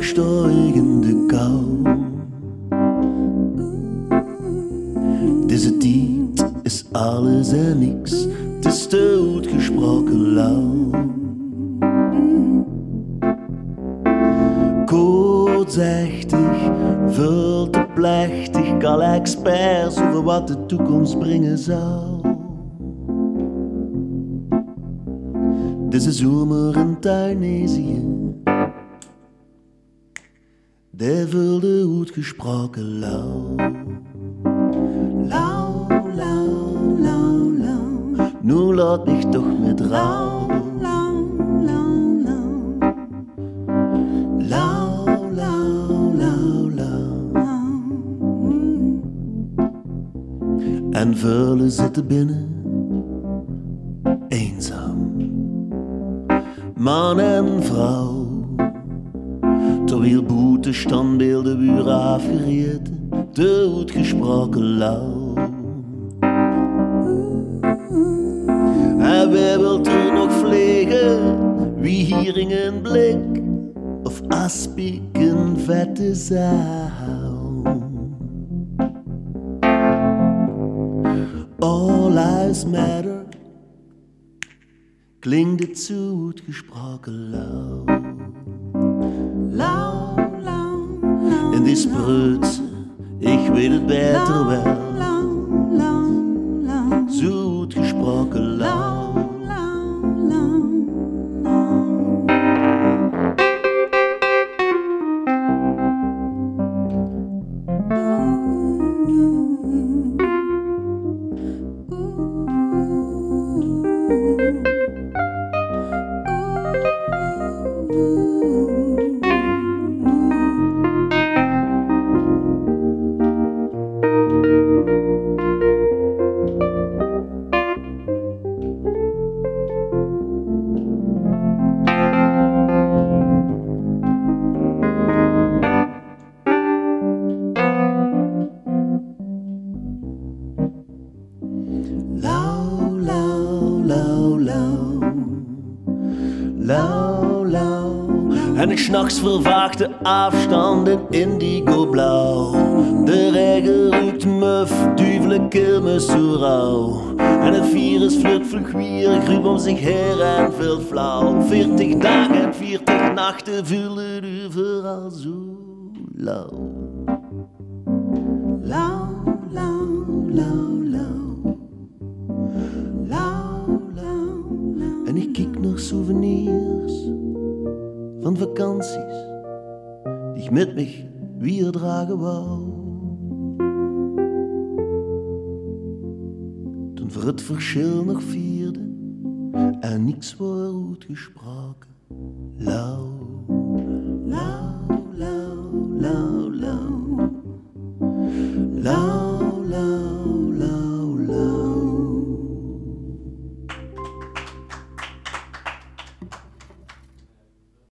wegsteigende Kou. Deze tijd is alles en niks, het is te uitgesproken lauw. Kortzichtig, veel te plechtig, alle experts over wat de toekomst brengen zal. Deze zomer in Tunesië, die vulde uitgesproken lauw. Lauw, lauw, lauw, lauw, nu laat mich toch met rouw. Lauw, lauw, lauw, lauw, lauw, lauw, lauw. En velen zitten binnen, eenzaam, man en vrouw. Terwijl boete standbeelden buren afgereden, te uitgesproken lauw. En wie wilt er nog vliegen, wie hier in een blik, of aspiek een vette zaal. All lives matter, klinkt het zo uitgesproken lauw. Lauw, lauw, lauw, in die spreutse, ik weet het beter wel. Lauw, lauw, lauw, zo uitgesproken lauw. Lauw, lauw, en ik 's nachts vervaag de afstanden indigo blauw. De regen ruikt muf, duivelen kil me zo rauw. En het virus vlucht vlug weer, gruw om zich her en veel flauw. 40 dagen en 40 nachten vullen overal zo lauw. Lauw, lauw, lauw, lauw. Lauw, lauw, lauw. En ik kijk naar souvenirs van vakanties die ik met me weer dragen wou. Toen voor het verschil nog vierde en niks wordt uitgesproken. Lauw, lauw.